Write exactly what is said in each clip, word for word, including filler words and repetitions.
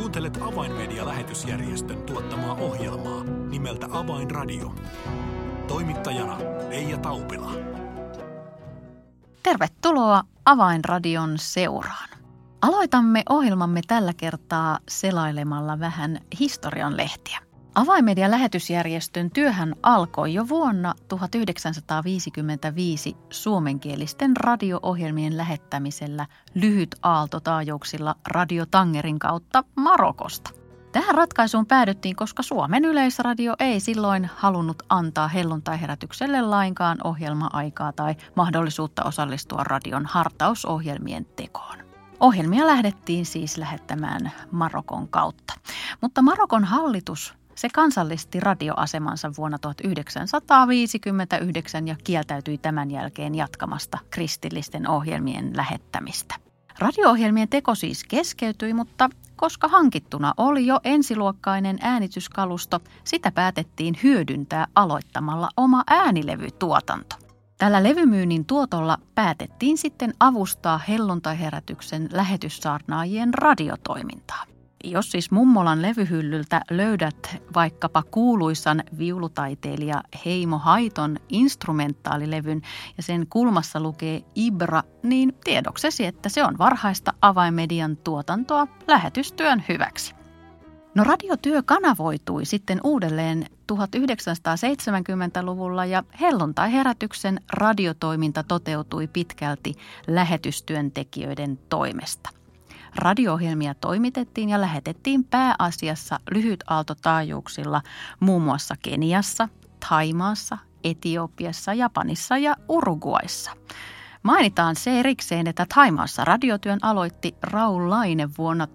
Kuuntelet Avainmedia-lähetysjärjestön tuottamaa ohjelmaa nimeltä Avainradio. Toimittajana Leija Taupila. Tervetuloa Avainradion seuraan. Aloitamme ohjelmamme tällä kertaa selailemalla vähän historian lehtiä. Avainmedia-lähetysjärjestön työhän alkoi jo vuonna tuhatyhdeksänsataaviisikymmentäviisi suomenkielisten radio-ohjelmien lähettämisellä lyhytaaltotaajuuksilla Radio Tangerin kautta Marokosta. Tähän ratkaisuun päädyttiin, koska Suomen Yleisradio ei silloin halunnut antaa helluntaiherätykselle lainkaan ohjelma-aikaa tai mahdollisuutta osallistua radion hartausohjelmien tekoon. Ohjelmia lähdettiin siis lähettämään Marokon kautta, mutta Marokon hallitus se kansallisti radioasemansa vuonna tuhatyhdeksänsataaviisikymmentäyhdeksän ja kieltäytyi tämän jälkeen jatkamasta kristillisten ohjelmien lähettämistä. Radio-ohjelmien teko siis keskeytyi, mutta koska hankittuna oli jo ensiluokkainen äänityskalusto, sitä päätettiin hyödyntää aloittamalla oma äänilevytuotanto. Tällä levymyynnin tuotolla päätettiin sitten avustaa helluntaiherätyksen lähetyssaarnaajien radiotoimintaa. Jos siis mummolan levyhyllyltä löydät vaikkapa kuuluisan viulutaiteilija Heimo Haiton instrumentaalilevyn ja sen kulmassa lukee Ibra, niin tiedoksesi, että se on varhaista Avainmedian tuotantoa lähetystyön hyväksi. No radiotyö kanavoitui sitten uudelleen tuhatyhdeksänsataaseitsemänkymmentäluvulla ja helluntaiherätyksen radiotoiminta toteutui pitkälti lähetystyöntekijöiden toimesta. Radio-ohjelmia toimitettiin ja lähetettiin pääasiassa lyhytaaltotaajuuksilla muun muassa Keniassa, Thaimaassa, Etiopiassa, Japanissa ja Uruguayssa. Mainitaan se erikseen, että Thaimaassa radiotyön aloitti Raul Laine vuonna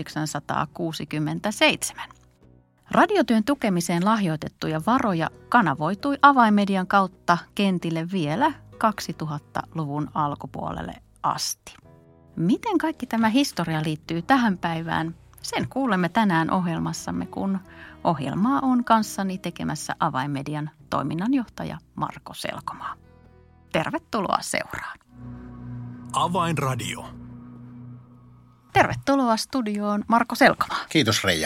tuhatyhdeksänsataakuusikymmentäseitsemän. Radiotyön tukemiseen lahjoitettuja varoja kanavoitui Avainmedian kautta kentille vielä kaksituhattaluvun alkupuolelle asti. Miten kaikki tämä historia liittyy tähän päivään? Sen kuulemme tänään ohjelmassamme, kun ohjelmaa on kanssani tekemässä Avainmedian toiminnanjohtaja Marko Selkomaa. Tervetuloa seuraan. Avainradio. Tervetuloa studioon Marko Selkomaa. Kiitos Reija.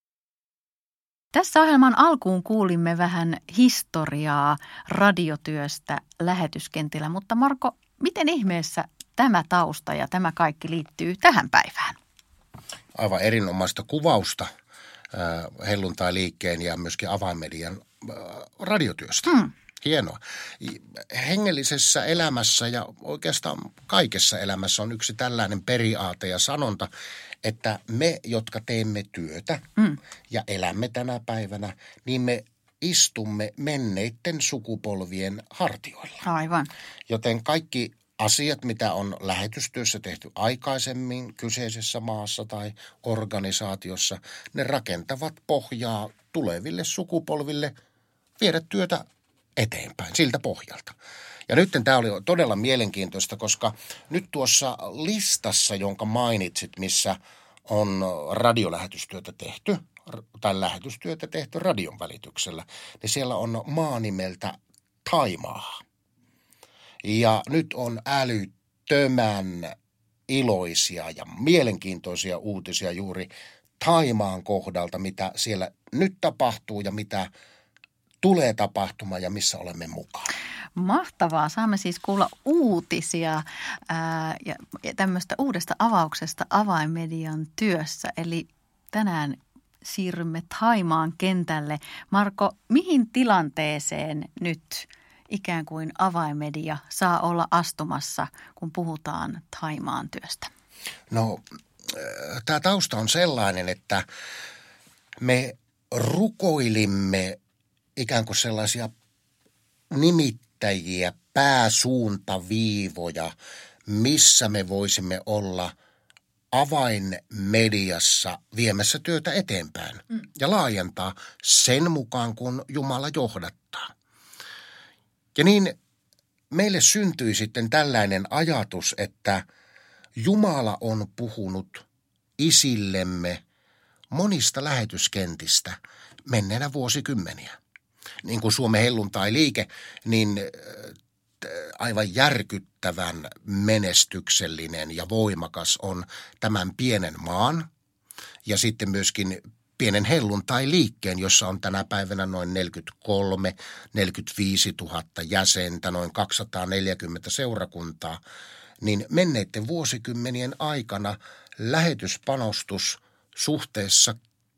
Tässä ohjelman alkuun kuulimme vähän historiaa radiotyöstä lähetyskentillä, mutta Marko, miten ihmeessä tämä tausta ja tämä kaikki liittyy tähän päivään? Aivan erinomaista kuvausta äh, helluntai-liikkeen ja myöskin Avainmedian äh, radiotyöstä. Hmm. Hienoa. Hengellisessä elämässä ja oikeastaan kaikessa elämässä on yksi tällainen periaate ja sanonta, että me, jotka teemme työtä hmm. ja elämme tänä päivänä, niin me istumme menneiden sukupolvien hartioilla. Aivan. Joten kaikki asiat, mitä on lähetystyössä tehty aikaisemmin kyseisessä maassa tai organisaatiossa, ne rakentavat pohjaa tuleville sukupolville viedä työtä eteenpäin siltä pohjalta. Ja nyt tämä oli todella mielenkiintoista, koska nyt tuossa listassa, jonka mainitsit, missä on radiolähetystyötä tehty tai lähetystyötä tehty radion välityksellä, niin siellä on maa nimeltä Thaimaa. Ja nyt on älyttömän iloisia ja mielenkiintoisia uutisia juuri Thaimaan kohdalta, mitä siellä nyt tapahtuu ja mitä tulee tapahtumaan ja missä olemme mukana. Mahtavaa. Saamme siis kuulla uutisia ää, ja tämmöistä uudesta avauksesta Avainmedian työssä. Eli tänään siirrymme Thaimaan kentälle. Marko, mihin tilanteeseen nyt ikään kuin Avainmedia saa olla astumassa, kun puhutaan Thaimaan työstä? No, tämä tausta on sellainen, että me rukoilimme ikään kuin sellaisia nimittäjiä, pääsuuntaviivoja, missä me voisimme olla avainmediassa viemässä työtä eteenpäin mm. ja laajentaa sen mukaan, kun Jumala johdattaa. Ja niin meille syntyi sitten tällainen ajatus, että Jumala on puhunut isillemme monista lähetyskentistä menneenä vuosikymmeniä. Niin kuin Suomen helluntai-liike, niin aivan järkyttävän menestyksellinen ja voimakas on tämän pienen maan ja sitten myöskin pienen helluntai-liikkeen, jossa on tänä päivänä noin neljäkymmentäkolme neljäkymmentäviisi tuhatta jäsentä, noin kaksisataaneljäkymmentä seurakuntaa, niin menneiden vuosikymmenien aikana lähetyspanostus suhteessa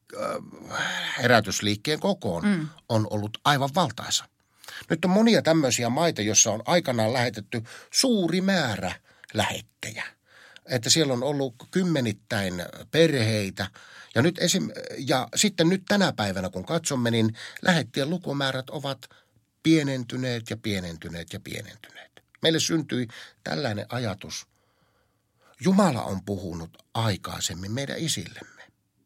herätysliikkeen kokoon mm. on ollut aivan valtaisa. Nyt on monia tämmöisiä maita, joissa on aikanaan lähetetty suuri määrä lähettejä. Että siellä on ollut kymmenittäin perheitä. Ja, nyt esim, ja sitten nyt tänä päivänä, kun katsomme, niin lähettien lukumäärät ovat pienentyneet ja pienentyneet ja pienentyneet. Meille syntyi tällainen ajatus. Jumala on puhunut aikaisemmin meidän isillemme.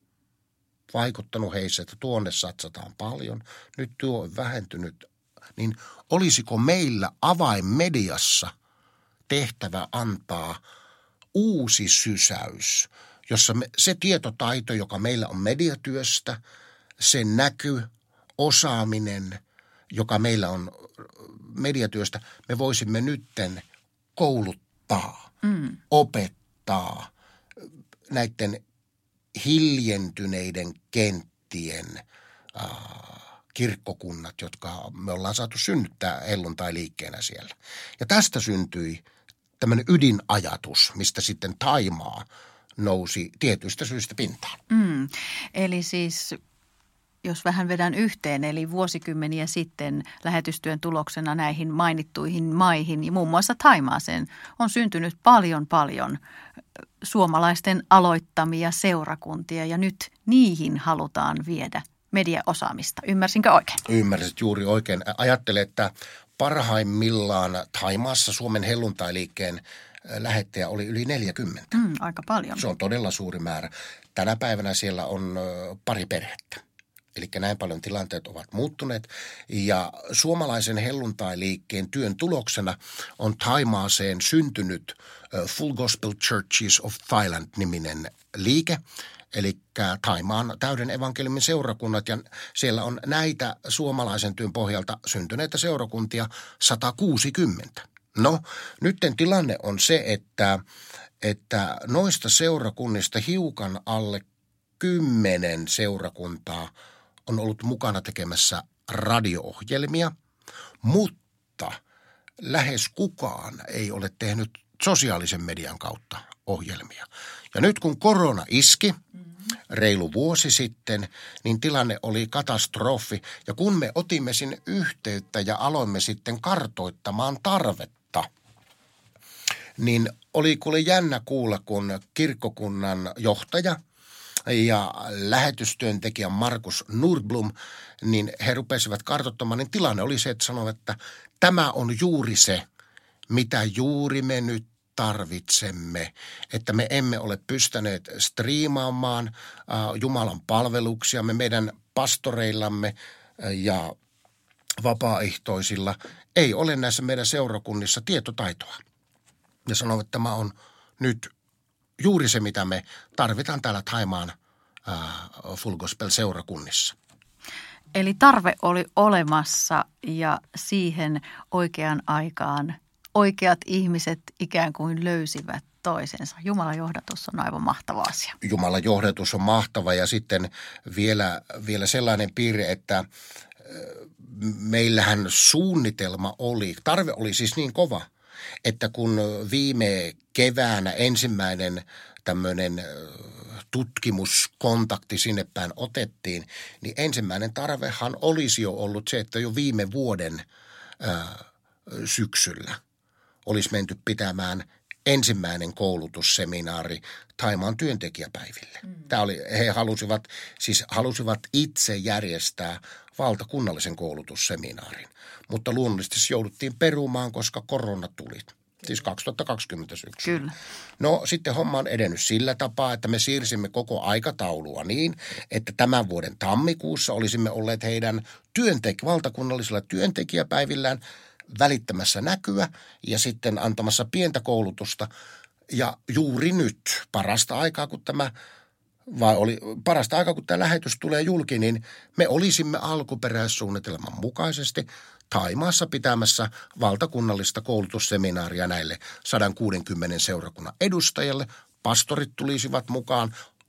Vaikuttanut heissä, että tuonne satsataan paljon. Nyt tuo on vähentynyt. Niin olisiko meillä avainmediassa tehtävä antaa uusi sysäys, jossa me, se tietotaito, joka meillä on mediatyöstä, se näky, osaaminen, joka meillä on mediatyöstä, me voisimme nytten kouluttaa, mm. opettaa näiden hiljentyneiden kenttien äh, kirkkokunnat, jotka me ollaan saatu synnyttää helluntai-liikkeenä siellä. Ja tästä syntyi tämmöinen ydinajatus, mistä sitten Thaimaa nousi tietyistä syistä pintaan. Mm. Eli siis, jos vähän vedän yhteen, eli vuosikymmeniä sitten lähetystyön tuloksena näihin mainittuihin maihin, ja muun muassa Thaimaaseen, on syntynyt paljon paljon suomalaisten aloittamia seurakuntia, ja nyt niihin halutaan viedä mediaosaamista. Ymmärsinkö oikein? Ymmärsit juuri oikein. Ajattelen, että parhaimmillaan Thaimaassa Suomen helluntai-liikkeen lähettäjä oli yli neljäkymmentä. Mm, aika paljon. Se on todella suuri määrä. Tänä päivänä siellä on pari perhettä. Eli näin paljon tilanteet ovat muuttuneet. Ja suomalaisen helluntai-liikkeen työn tuloksena on Thaimaaseen syntynyt Full Gospel Churches of Thailand-niminen liike. Eli Thaimaan täyden evankeliumin seurakunnat, ja siellä on näitä suomalaisen työn pohjalta syntyneitä seurakuntia sata kuusikymmentä. No, nytten tilanne on se, että, että noista seurakunnista hiukan alle kymmenen seurakuntaa on ollut mukana tekemässä radio-ohjelmia, mutta lähes kukaan ei ole tehnyt sosiaalisen median kautta ohjelmia. Ja nyt kun korona iski reilu vuosi sitten, niin tilanne oli katastrofi. Ja kun me otimme sinne yhteyttä ja aloimme sitten kartoittamaan tarvetta, niin oli kuule jännä kuulla, kun kirkkokunnan johtaja ja lähetystyöntekijä Markus Nordblom, niin he rupesivat kartoittamaan, niin tilanne oli se, että sanoivat, että tämä on juuri se, mitä juuri me nyt tarvitsemme, että me emme ole pystyneet striimaamaan äh, Jumalan palveluksia, me meidän pastoreillamme äh, ja vapaaehtoisilla ei ole näissä meidän seurakunnissa tietotaitoa. Ja sanovat, että tämä on nyt juuri se, mitä me tarvitaan täällä Thaimaan äh, Full Gospel-seurakunnissa. Eli tarve oli olemassa ja siihen oikeaan aikaan oikeat ihmiset ikään kuin löysivät toisensa. Jumalan johdatus on aivan mahtava asia. Jumalan johdatus on mahtava, ja sitten vielä, vielä sellainen piirre, että meillähän suunnitelma oli, tarve oli siis niin kova, että kun viime keväänä ensimmäinen tämmöinen tutkimuskontakti sinne päin otettiin, niin ensimmäinen tarvehan olisi jo ollut se, että jo viime vuoden ää, syksyllä olisi menty pitämään ensimmäinen koulutusseminaari Thaimaan työntekijäpäiville. Mm. Tämä oli, he halusivat, siis halusivat itse järjestää valtakunnallisen koulutusseminaarin, mutta luonnollisesti se jouduttiin perumaan, koska korona tuli. Siis kaksituhattakaksikymmentä syksyllä. Kyllä. No sitten homma on edennyt sillä tapaa, että me siirsimme koko aikataulua niin, että tämän vuoden tammikuussa olisimme olleet heidän työntek- valtakunnallisilla työntekijäpäivillään välittämässä näkyä ja sitten antamassa pientä koulutusta. Ja juuri nyt, parasta aikaa kun tämä, vai oli parasta aikaa kun tämä lähetys tulee julki, niin me olisimme alkuperäissuunnitelman mukaisesti Thaimaassa pitämässä valtakunnallista koulutusseminaaria näille sata kuusikymmentä seurakunnan edustajalle. Pastorit tulisivat mukaan,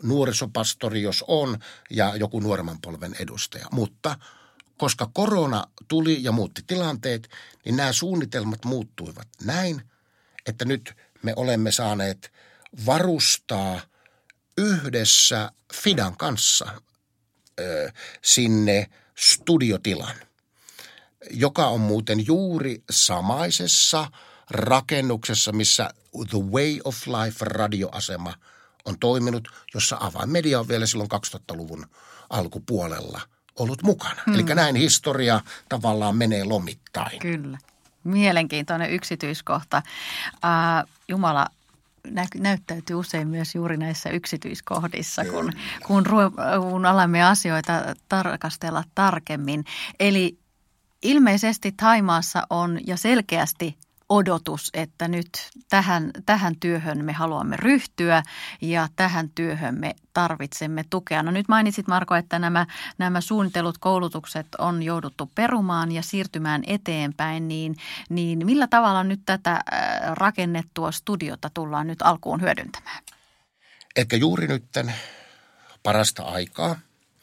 nuorisopastori, jos on, ja joku nuoremman polven edustaja. Mutta koska korona tuli ja muutti tilanteet, niin nämä suunnitelmat muuttuivat näin, että nyt me olemme saaneet varustaa yhdessä Fidan kanssa ö, sinne studiotilan, joka on muuten juuri samaisessa rakennuksessa, missä The Way of Life radioasema on toiminut, jossa Avainmedia on vielä silloin kaksituhattaluvun alkupuolella ollut mukana. Hmm. Eli näin historia tavallaan menee lomittain. Kyllä. Mielenkiintoinen yksityiskohta. Äh, Jumala nä- näyttäytyy usein myös juuri näissä yksityiskohdissa, kun, kun, ru- kun alamme asioita tarkastella tarkemmin. Eli ilmeisesti Thaimaassa on ja selkeästi odotus, että nyt tähän, tähän työhön me haluamme ryhtyä ja tähän työhön me tarvitsemme tukea. No nyt mainitsit, Marko, että nämä, nämä suunnitellut koulutukset on jouduttu perumaan ja siirtymään eteenpäin, niin, niin millä tavalla nyt tätä rakennettua studiota tullaan nyt alkuun hyödyntämään? Ehkä juuri nytten parasta aikaa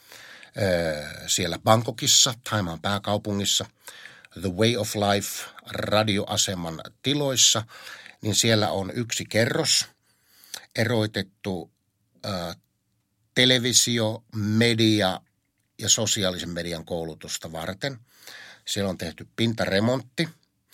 siellä Bangkokissa, Thaimaan pääkaupungissa, The Way of Life radioaseman tiloissa, niin siellä on yksi kerros eroitettu ä, televisio, media ja sosiaalisen median koulutusta varten. Siellä on tehty pintaremontti,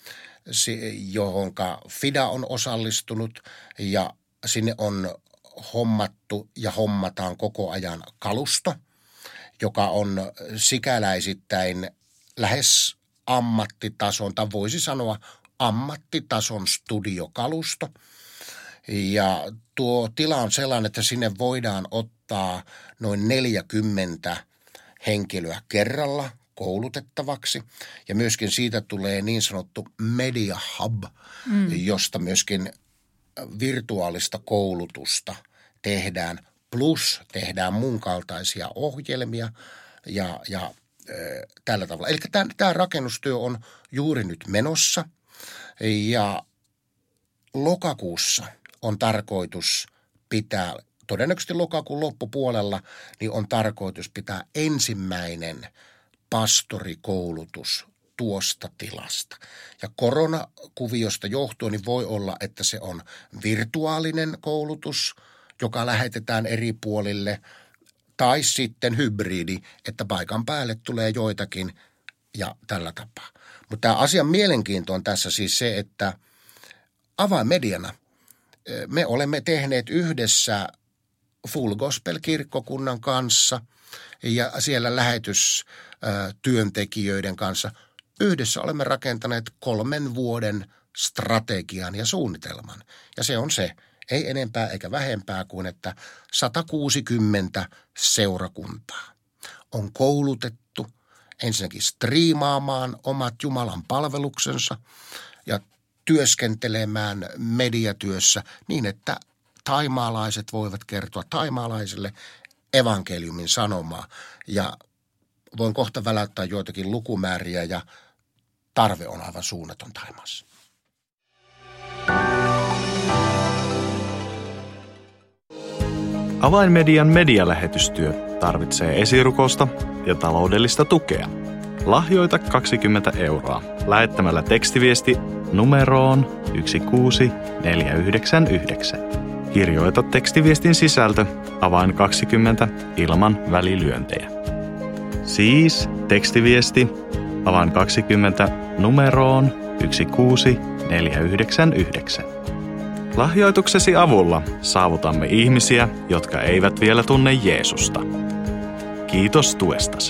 johonka Fida on osallistunut ja sinne on hommattu ja hommataan koko ajan kalusto, joka on sikäläisittäin lähes ammattitason, tai voisi sanoa ammattitason studiokalusto. Ja tuo tila on sellainen, että sinne voidaan ottaa noin neljäkymmentä henkilöä kerralla koulutettavaksi. Ja myöskin siitä tulee niin sanottu Media Hub, mm. josta myöskin virtuaalista koulutusta tehdään. Plus tehdään mun kaltaisia ohjelmia ja, ja tällä tavalla. Eli tämä, tämä rakennustyö on juuri nyt menossa ja lokakuussa on tarkoitus pitää, todennäköisesti lokakuun loppupuolella, niin on tarkoitus pitää ensimmäinen pastorikoulutus tuosta tilasta. Ja koronakuviosta johtuen niin voi olla, että se on virtuaalinen koulutus, joka lähetetään eri puolille, tai sitten hybridi, että paikan päälle tulee joitakin ja tällä tapaa. Mutta tämä asian mielenkiinto on tässä siis se, että Avainmediana me olemme tehneet yhdessä Full Gospel-kirkkokunnan kanssa ja siellä lähetystyöntekijöiden kanssa yhdessä olemme rakentaneet kolmen vuoden strategian ja suunnitelman. Ja se on se, ei enempää eikä vähempää kuin, että sata kuusikymmentä seurakuntaa on koulutettu ensinnäkin striimaamaan omat Jumalan palveluksensa ja työskentelemään mediatyössä niin, että taimaalaiset voivat kertoa taimaalaisille evankeliumin sanomaa. Ja voin kohta väläyttää joitakin lukumääriä ja tarve on aivan suunnaton Thaimaassa. Avainmedian medialähetystyö tarvitsee esirukousta ja taloudellista tukea. Lahjoita kaksikymmentä euroa lähettämällä tekstiviesti numeroon yksi kuusi neljä yhdeksän yhdeksän. Kirjoita tekstiviestin sisältö avain kaksikymmentä ilman välilyöntejä. Siis tekstiviesti avain kaksikymmentä numeroon yksi kuusi neljä yhdeksän yhdeksän. Lahjoituksesi avulla saavutamme ihmisiä, jotka eivät vielä tunne Jeesusta. Kiitos tuestasi.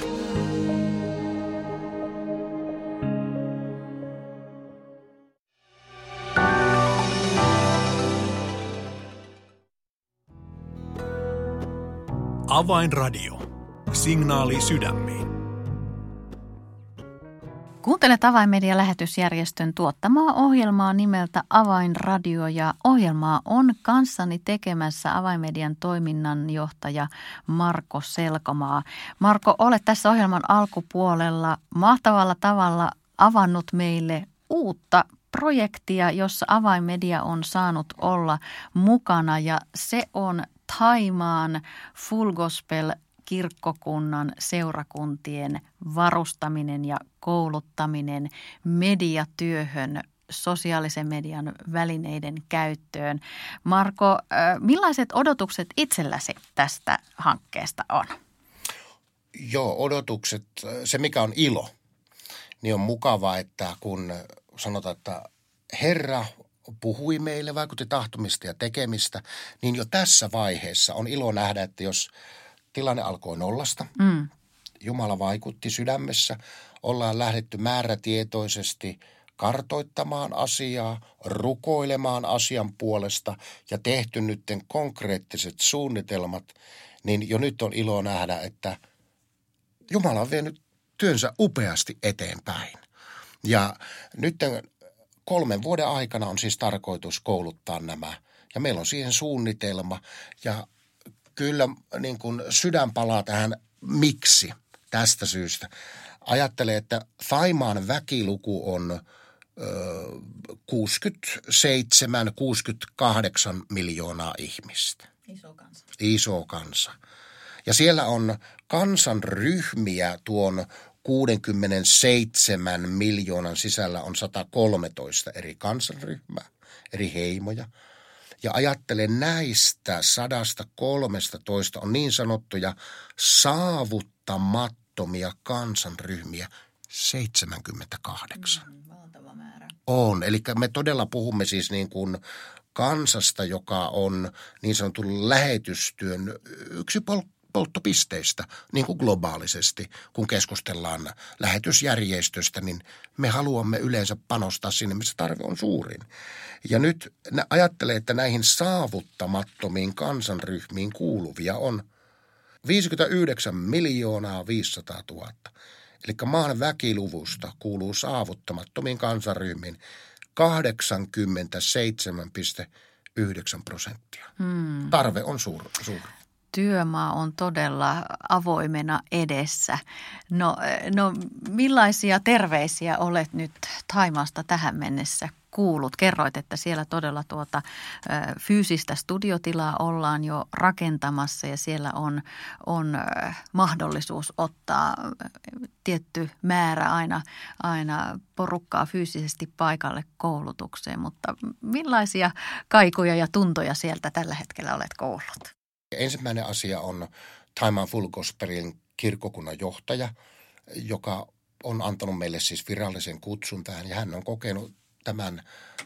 Avainradio. Signaali sydämiin. Kuuntelet Avainmedia-lähetysjärjestön tuottamaa ohjelmaa nimeltä Avainradio ja ohjelmaa on kanssani tekemässä Avainmedian toiminnanjohtaja Marko Selkomaa. Marko, olet tässä ohjelman alkupuolella mahtavalla tavalla avannut meille uutta projektia, jossa Avainmedia on saanut olla mukana ja se on Thaimaan Full Gospel kirkkokunnan seurakuntien varustaminen ja kouluttaminen mediatyöhön, sosiaalisen median välineiden käyttöön. Marko, millaiset odotukset itselläsi tästä hankkeesta on? Joo, odotukset, se mikä on ilo, niin on mukavaa, että kun sanotaan, että Herra puhui meille, vaikutti tahtomista ja tekemistä, niin jo tässä vaiheessa on ilo nähdä, että jos tilanne alkoi nollasta, mm. Jumala vaikutti sydämessä, ollaan lähdetty määrätietoisesti kartoittamaan asiaa, rukoilemaan asian puolesta ja tehty nytten konkreettiset suunnitelmat, niin jo nyt on ilo nähdä, että Jumala on vienyt työnsä upeasti eteenpäin. Ja nyt kolmen vuoden aikana on siis tarkoitus kouluttaa nämä. Ja meillä on siihen suunnitelma. Ja kyllä niin kuin sydän palaa tähän miksi tästä syystä. Ajattelee, että Thaimaan väkiluku on ö, kuusikymmentäseitsemän kuusikymmentäkahdeksan miljoonaa ihmistä. Iso kansa. Iso kansa. Ja siellä on kansanryhmiä tuon kuusikymmentäseitsemän miljoonan sisällä on sata kolmetoista eri kansanryhmää, eri heimoja. Ja ajattelen näistä sata kolmetoista on niin sanottuja saavuttamattomia kansanryhmiä seitsemänkymmentäkahdeksan. Mm, valtava määrä. On, eli me todella puhumme siis niin kuin kansasta, joka on niin sanotun lähetystyön yksi polkka. polttopisteistä, niin kuin globaalisesti, kun keskustellaan lähetysjärjestöstä, niin me haluamme yleensä panostaa sinne, missä tarve on suurin. Ja nyt ajattelee, että näihin saavuttamattomiin kansanryhmiin kuuluvia on viisikymmentäyhdeksän miljoonaa viisisataatuhatta. Eli maan väkiluvusta kuuluu saavuttamattomiin kansanryhmiin kahdeksankymmentäseitsemän pilkku yhdeksän prosenttia. Hmm. Tarve on suuri. suuri. Työmaa on todella avoimena edessä. No, no millaisia terveisiä olet nyt Thaimaasta tähän mennessä kuullut? Kerroit, että siellä todella tuota fyysistä studiotilaa ollaan jo rakentamassa ja siellä on, on mahdollisuus ottaa tietty määrä aina, aina porukkaa fyysisesti paikalle koulutukseen. Mutta millaisia kaikuja ja tuntoja sieltä tällä hetkellä olet kuullut? Ensimmäinen asia on Thaimaan Full Gospelin kirkkokunnan johtaja, joka on antanut meille siis virallisen kutsun tähän ja hän on kokenut tämän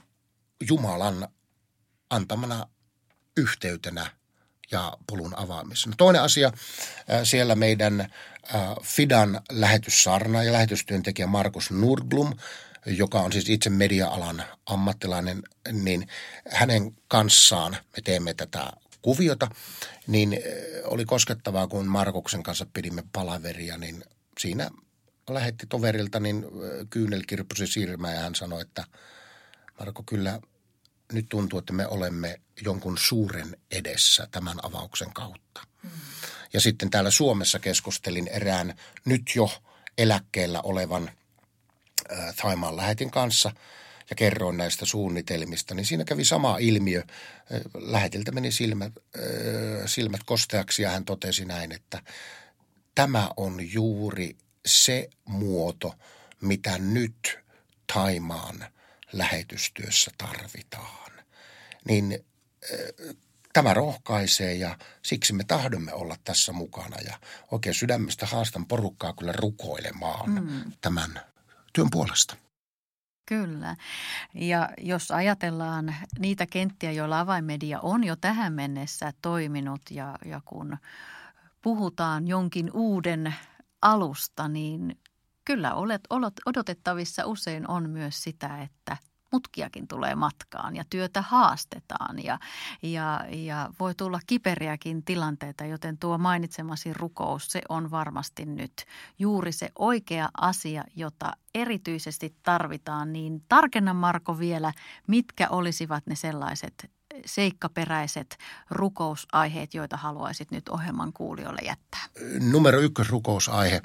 Jumalan antamana yhteytenä ja polun avaamisena. Toinen asia, siellä meidän Fidan lähetyssarna ja lähetystyöntekijä Markus Nordblom, joka on siis itse media-alan ammattilainen, niin hänen kanssaan me teemme tätä kuviota, niin oli koskettavaa, kun Markuksen kanssa pidimme palaveria, niin siinä lähetti toverilta, niin kyynel kirppusi silmää ja hän sanoi, että Marko, kyllä nyt tuntuu, että me olemme jonkun suuren edessä tämän avauksen kautta. Mm. Ja sitten täällä Suomessa keskustelin erään nyt jo eläkkeellä olevan äh, Thaimaan lähetin kanssa ja kerroin näistä suunnitelmista, niin siinä kävi sama ilmiö. Lähetiltä meni silmät, äh, silmät kosteaksi ja hän totesi näin, että tämä on juuri se muoto, mitä nyt Thaimaan lähetystyössä tarvitaan. Niin äh, tämä rohkaisee ja siksi me tahdomme olla tässä mukana ja oikein sydämestä haastan porukkaa kyllä rukoilemaan mm. tämän työn puolesta. Kyllä. Ja jos ajatellaan niitä kenttiä, joilla avainmedia on jo tähän mennessä toiminut ja, ja kun puhutaan jonkin uuden alusta, niin kyllä olet, olet odotettavissa usein on myös sitä, että mutkiakin tulee matkaan ja työtä haastetaan ja, ja, ja voi tulla kiperiäkin tilanteita, joten tuo mainitsemasi rukous, se on varmasti nyt juuri se oikea asia, jota erityisesti tarvitaan. Niin tarkenna Marko vielä, mitkä olisivat ne sellaiset seikkaperäiset rukousaiheet, joita haluaisit nyt ohjelman kuulijoille jättää? Numero ykkös rukousaihe.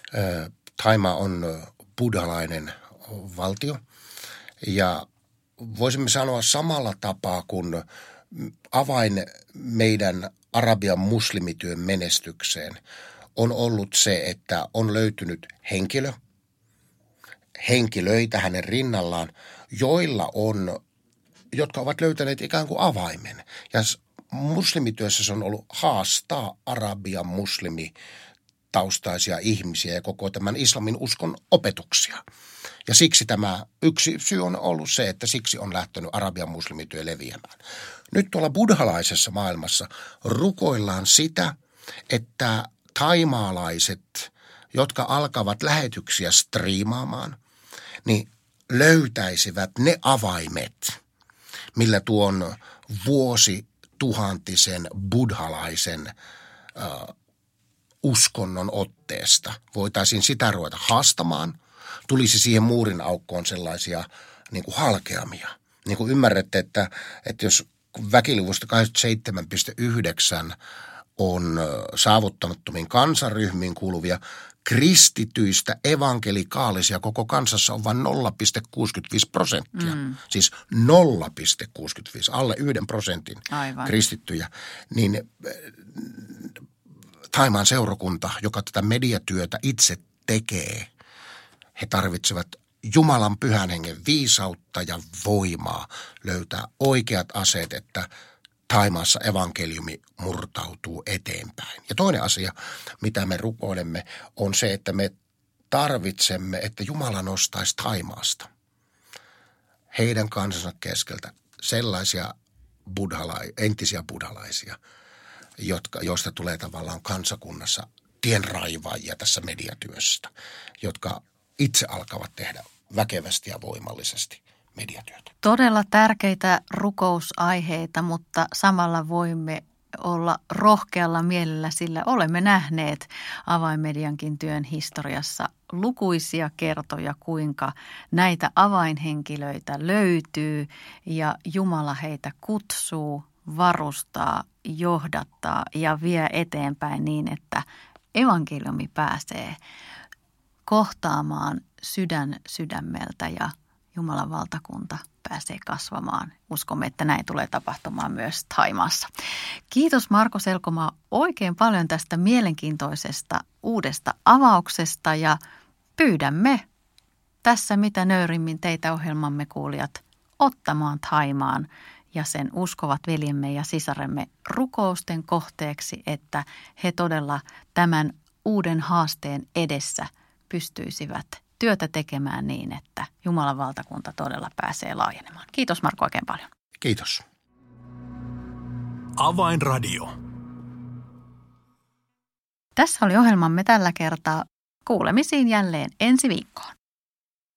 Thaimaa on buddhalainen valtio. Ja voisimme sanoa samalla tapaa, kun avain meidän arabian muslimityön menestykseen on ollut se, että on löytynyt henkilö, henkilöitä hänen rinnallaan, joilla on, jotka ovat löytäneet ikään kuin avaimen. Ja muslimityössä se on ollut haastaa arabian muslimitaustaisia ihmisiä ja koko tämän islamin uskon opetuksia. Ja siksi tämä yksi syy on ollut se, että siksi on lähtenyt arabian muslimityö leviämään. Nyt tuolla buddhalaisessa maailmassa rukoillaan sitä, että taimaalaiset, jotka alkavat lähetyksiä striimaamaan, niin löytäisivät ne avaimet, millä tuon vuosituhantisen buddhalaisen äh, uskonnon otteesta voitaisiin sitä ruveta haastamaan. Tulisi siihen muurin aukkoon sellaisia niin kuin halkeamia. Niin kuin ymmärrätte, että, että jos väkiluvusta kahdeksankymmentäseitsemän pilkku yhdeksän on saavuttamattomiin kansanryhmiin kuuluvia, kristityistä evankelikaalisia koko kansassa on vain nolla pilkku kuusikymmentäviisi prosenttia. Mm. Siis nolla pilkku kuusikymmentäviisi, alle yhden prosentin Aivan. kristittyjä. Niin Thaimaan seurakunta, joka tätä mediatyötä itse tekee, he tarvitsevat Jumalan pyhän hengen viisautta ja voimaa löytää oikeat aseet, että Thaimaassa evankeliumi murtautuu eteenpäin. Ja toinen asia, mitä me rukoilemme, on se, että me tarvitsemme, että Jumala nostaisi Thaimaasta heidän kansansa keskeltä sellaisia buddhalai, entisiä buddhalaisia, jotka, joista tulee tavallaan kansakunnassa tienraivaajia tässä mediatyössä, jotka itse alkavat tehdä väkevästi ja voimallisesti mediatyötä. Todella tärkeitä rukousaiheita, mutta samalla voimme olla rohkealla mielellä, sillä olemme nähneet avainmediankin työn historiassa lukuisia kertoja, kuinka näitä avainhenkilöitä löytyy ja Jumala heitä kutsuu, varustaa, johdattaa ja vie eteenpäin niin, että evankeliumi pääsee kohtaamaan sydän sydämeltä ja Jumalan valtakunta pääsee kasvamaan. Uskomme, että näin tulee tapahtumaan myös Thaimaassa. Kiitos Marko Selkomaa oikein paljon tästä mielenkiintoisesta uudesta avauksesta ja pyydämme tässä mitä nöyrimmin teitä ohjelmamme kuulijat ottamaan Thaimaan ja sen uskovat veljemme ja sisaremme rukousten kohteeksi, että he todella tämän uuden haasteen edessä pystyisivät työtä tekemään niin, että Jumalan valtakunta todella pääsee laajenemaan. Kiitos Marko oikein paljon. Kiitos. Avainradio. Tässä oli ohjelmamme tällä kertaa. Kuulemisiin jälleen ensi viikkoon.